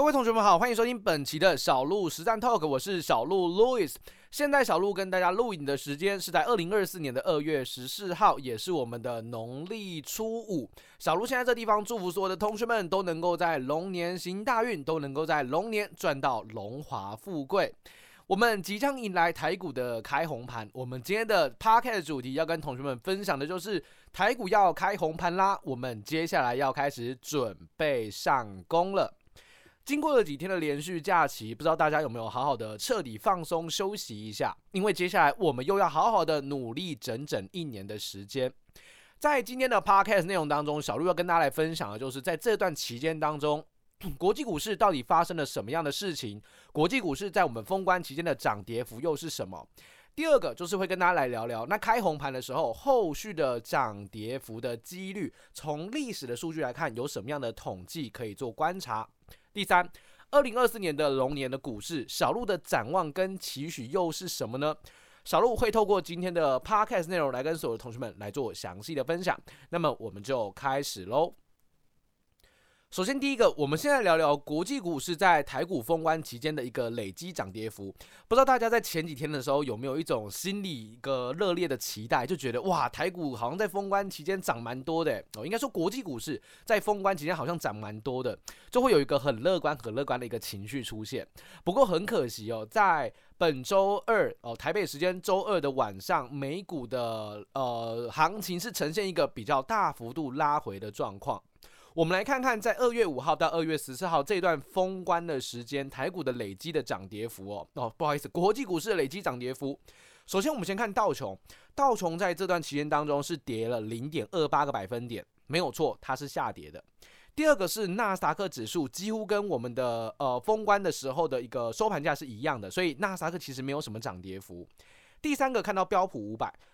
位同学们好，欢迎收听本期的小鹿实战 Talk， 我是小鹿 Louis。现在小鹿跟大家录影的时间是在2024年的2月14号，也是我们的农历初五。小鹿现在这地方祝福所有的同学们都能够在龙年行大运，都能够在龙年赚到荣华富贵。我们即将迎来台股的开红盘，我们今天的 Podcast 主题要跟同学们分享的就是台股要开红盘啦，我们接下来要开始准备上攻了。经过了几天的连续假期，不知道大家有没有好好的彻底放松休息一下？因为接下来我们又要好好的努力整整1年的时间。在今天的 Podcast 内容当中，小鹿要跟大家来分享的就是在这段期间当中，国际股市到底发生了什么样的事情？国际股市在我们封关期间的涨跌幅又是什么？第二个就是会跟大家来聊聊，那开红盘的时候，后续的涨跌幅的几率，从历史的数据来看，有什么样的统计可以做观察？第三，2024年的龙年的股市，小鹿的展望跟期许又是什么呢？小鹿会透过今天的 Podcast 内容来跟所有的同学们来做详细的分享。那么我们就开始咯。首先第一个，我们现在聊聊国际股市在台股封关期间的一个累积涨跌幅。不知道大家在前几天的时候有没有一种心里一个热烈的期待，就觉得哇，台股好像在封关期间涨蛮多的应该说国际股市在封关期间好像涨蛮多的，就会有一个很乐观的一个情绪出现。不过很可惜在本周二台北时间周二的晚上，美股的行情是呈现一个比较大幅度拉回的状况。我们来看看在2月5号到2月14号这段封关的时间，台股的累积的涨跌幅不好意思，国际股市的累积涨跌幅。首先我们先看道琼在这段期间当中是跌了 0.28 个百分点，没有错，它是下跌的。第二个是纳斯达克指数，几乎跟我们的封关的时候的一个收盘价是一样的，所以纳斯达克其实没有什么涨跌幅。第三个看到标普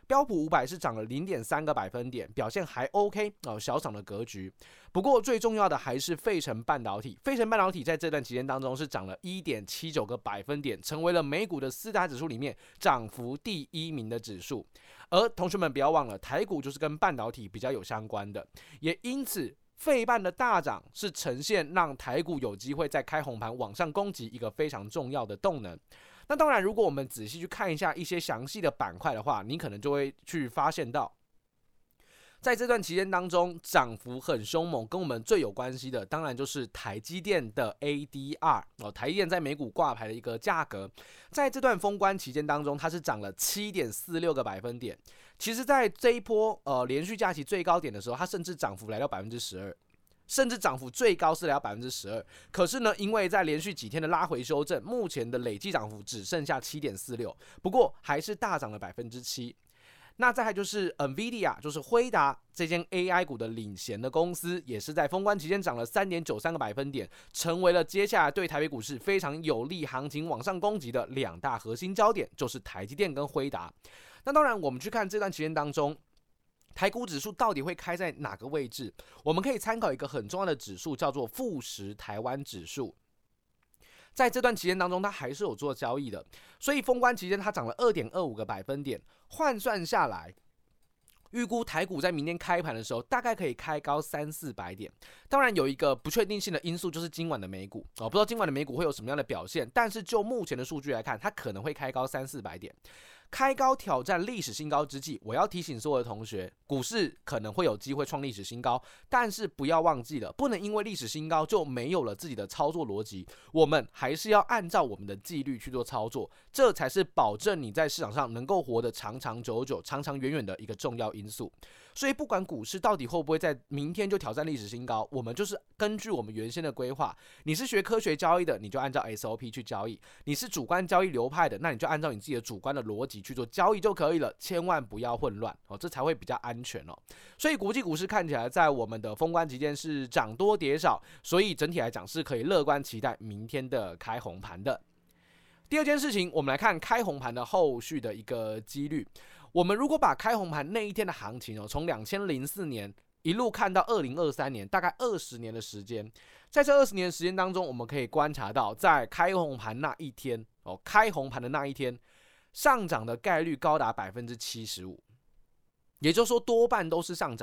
500是涨了 0.3 个百分点，表现还 OK 小涨的格局。不过最重要的还是费城半导体在这段期间当中是涨了 1.79 个百分点，成为了美股的4大指数里面涨幅第1名的指数。而同学们不要忘了，台股就是跟半导体比较有相关的，也因此费半的大涨是呈现让台股有机会在开红盘往上攻击一个非常重要的动能。那当然，如果我们仔细去看一下一些详细的板块的话，你可能就会去发现到，在这段期间当中涨幅很凶猛，跟我们最有关系的当然就是台积电的 ADR 台积电在美股挂牌的一个价格，在这段封关期间当中它是涨了 7.46 个百分点。其实在这一波连续假期最高点的时候，它甚至涨幅来到 12%，甚至涨幅最高是来到 12%， 可是呢，因为在连续几天的拉回修正，目前的累计涨幅只剩下 7.46， 不过还是大涨了 7%。那再来就是 NVIDIA， 就是辉达这间 AI 股的领衔的公司，也是在封关期间涨了 3.93 个百分点，成为了接下来对台北股市非常有利行情往上攻击的2大核心焦点，就是台积电跟辉达。那当然我们去看这段期间当中，台股指数到底会开在哪个位置？我们可以参考一个很重要的指数，叫做富时台湾指数。在这段期间当中，它还是有做交易的，所以封关期间它涨了 2.25 个百分点，换算下来，预估台股在明天开盘的时候，大概可以开高300-400点。当然有一个不确定性的因素，就是今晚的美股不知道今晚的美股会有什么样的表现，但是就目前的数据来看，它可能会开高300-400点。开高挑战历史新高之际，我要提醒所有的同学，股市可能会有机会创历史新高，但是不要忘记了，不能因为历史新高就没有了自己的操作逻辑，我们还是要按照我们的纪律去做操作，这才是保证你在市场上能够活得长长久久、长长远远的一个重要因素。所以不管股市到底会不会在明天就挑战历史新高，我们就是根据我们原先的规划，你是学科学交易的，你就按照 SOP 去交易，你是主观交易流派的，那你就按照你自己的主观的逻辑去做交易就可以了，千万不要混乱这才会比较安全所以国际股市看起来在我们的封关期间是涨多跌少，所以整体来讲是可以乐观期待明天的开红盘的。第二件事情，我们来看开红盘的后续的一个几率。我们如果把开红盘那一天的行情从2004年一路看到2023年，大概20年的时间，在这20年的时间当中，我们可以观察到，在开红盘那一天开红盘的那一天，上涨的概率高达 75%， 也就是说多半都是上涨的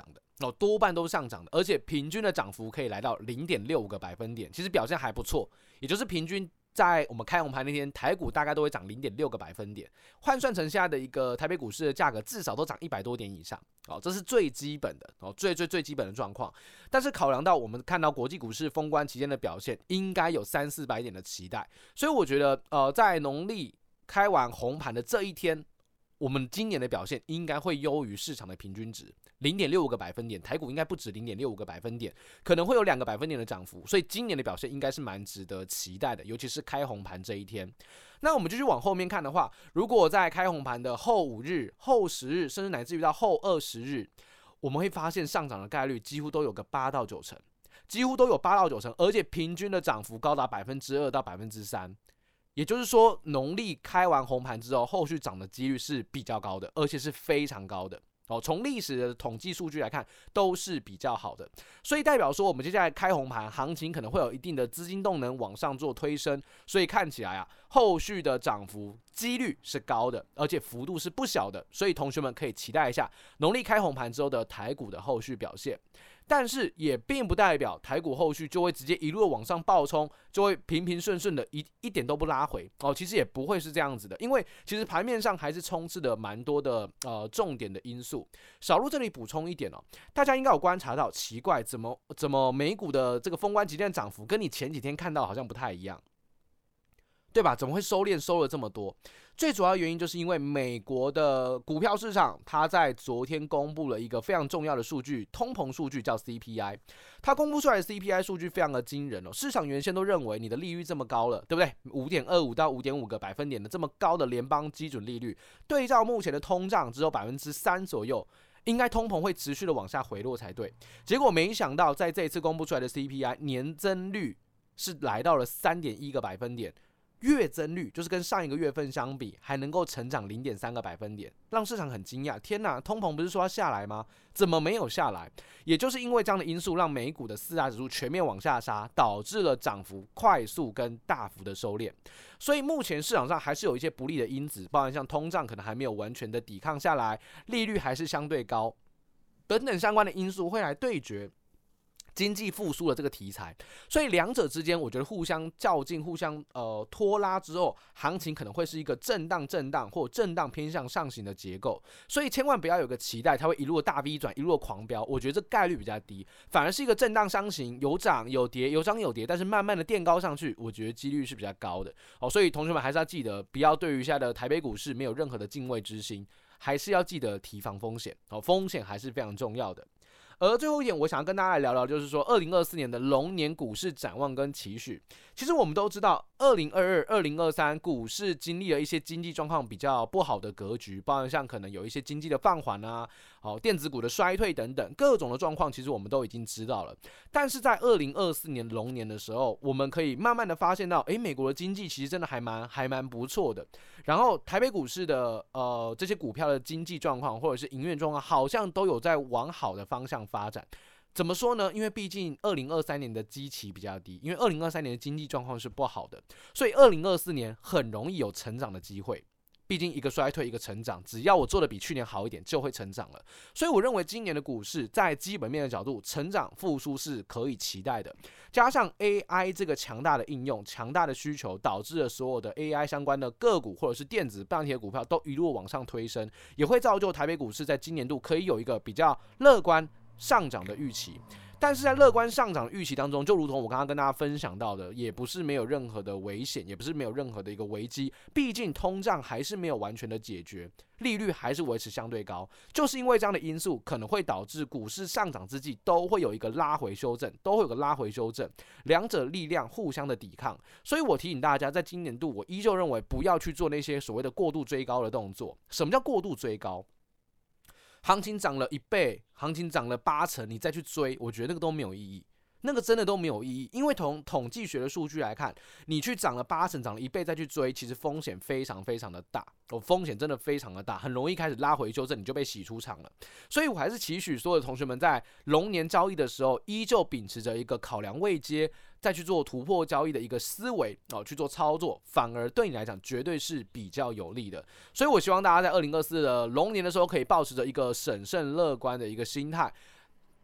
多半都是上涨的，而且平均的涨幅可以来到0.65个百分点，其实表现还不错，也就是平均。在我们开红盘那天，台股大概都会涨0.6个百分点，换算成现在的一个台北股市的价格，至少都涨100多点以上，这是最基本的，最基本的状况。但是考量到我们看到国际股市封关期间的表现，应该有300-400点的期待，所以我觉得，在农历开完红盘的这一天，我们今年的表现应该会优于市场的平均值。0.65个百分点，台股应该不止0.65个百分点，可能会有2个百分点的涨幅，所以今年的表现应该是蛮值得期待的，尤其是开红盘这一天。那我们继续往后面看的话，如果在开红盘的后5日、后10日，甚至乃至于到后20日，我们会发现上涨的概率几乎都有个8到9成，几乎都有8到9成，而且平均的涨幅高达2%到3%。也就是说，农历开完红盘之后，后续涨的几率是比较高的，而且是非常高的。从历史的统计数据来看，都是比较好的，所以代表说我们接下来开红盘，行情可能会有一定的资金动能往上做推升，所以看起来后续的涨幅几率是高的，而且幅度是不小的，所以同学们可以期待一下农历开红盘之后的台股的后续表现。但是也并不代表台股后续就会直接一路往上暴冲，就会平平顺顺的一点都不拉回其实也不会是这样子的，因为其实盘面上还是充斥的蛮多的重点的因素。小路这里补充一点大家应该有观察到，奇怪，怎么美股的这个封关期间的涨幅跟你前几天看到好像不太一样，对吧？怎么会收了这么多？最主要的原因就是因为美国的股票市场，它在昨天公布了一个非常重要的数据，通膨数据叫 CPI。它公布出来的 CPI 数据非常的惊人市场原先都认为你的利率这么高了，对不对？5.25到5.5个百分点的这么高的联邦基准利率，对照目前的通胀只有3%左右，应该通膨会持续的往下回落才对。结果没想到，在这一次公布出来的 CPI 年增率是来到了3.1个百分点。月增率就是跟上一个月份相比，还能够成长0.3个百分点，让市场很惊讶。天哪，通膨不是说要下来吗？怎么没有下来？也就是因为这样的因素，让美股的4大指数全面往下杀，导致了涨幅快速跟大幅的收敛。所以目前市场上还是有一些不利的因子，包含像通胀可能还没有完全的抵抗下来，利率还是相对高，等等相关的因素会来对决经济复苏的这个题材，所以两者之间，我觉得互相较劲、互相拖拉之后，行情可能会是一个震荡或震荡偏向上行的结构。所以千万不要有个期待，它会一路大 V 转，一路狂飙。我觉得这概率比较低，反而是一个震荡上行，有涨有跌，有涨有跌，但是慢慢的垫高上去，我觉得几率是比较高的。所以同学们还是要记得，不要对于现在的台北股市没有任何的敬畏之心，还是要记得提防风险。风险还是非常重要的。而最后一点，我想要跟大家来聊聊，就是说2024年的龙年股市展望跟期许。其实我们都知道，2022、2023股市经历了一些经济状况比较不好的格局，包含像可能有一些经济的放缓电子股的衰退等等，各种的状况，其实我们都已经知道了。但是在2024年龙年的时候，我们可以慢慢的发现到，美国的经济其实真的还蛮不错的。然后台北股市的这些股票的经济状况或者是营运状况，好像都有在往好的方向发展。怎么说呢？因为毕竟2023年的基期比较低，因为2023年的经济状况是不好的，所以2024年很容易有成长的机会。毕竟一个衰退一个成长，只要我做的比去年好一点，就会成长了。所以我认为今年的股市在基本面的角度，成长复苏是可以期待的。加上 AI 这个强大的应用、强大的需求，导致了所有的 AI 相关的个股或者是电子半导体的股票都一路往上推升，也会造就台北股市在今年度可以有一个比较乐观上涨的预期。但是在乐观上涨的预期当中，就如同我刚刚跟大家分享到的，也不是没有任何的危险，也不是没有任何的一个危机。毕竟通胀还是没有完全的解决，利率还是维持相对高，就是因为这样的因素，可能会导致股市上涨之际都会有一个拉回修正，两者力量互相的抵抗。所以我提醒大家，在今年度，我依旧认为不要去做那些所谓的过度追高的动作。什么叫过度追高？行情涨了1倍，行情涨了8成，你再去追，我觉得那个都没有意义，那个真的都没有意义。因为从统计学的数据来看，你去涨了8成，涨了1倍再去追，其实风险非常非常的大，风险真的非常的大，很容易开始拉回修正，你就被洗出场了。所以我还是期许所有的同学们在龙年交易的时候，依旧秉持着一个考量位阶，再去做突破交易的一个思维去做操作，反而对你来讲绝对是比较有利的。所以我希望大家在2024的龙年的时候，可以抱持着一个审慎乐观的一个心态，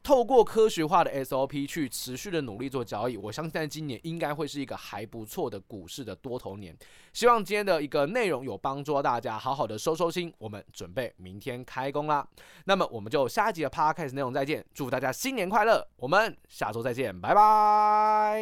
透过科学化的 SOP 去持续的努力做交易，我相信在今年应该会是一个还不错的股市的多头年。希望今天的一个内容有帮助到大家，好好的收心，我们准备明天开工啦。那么我们就下一集的 Podcast 内容再见，祝福大家新年快乐，我们下周再见，拜拜。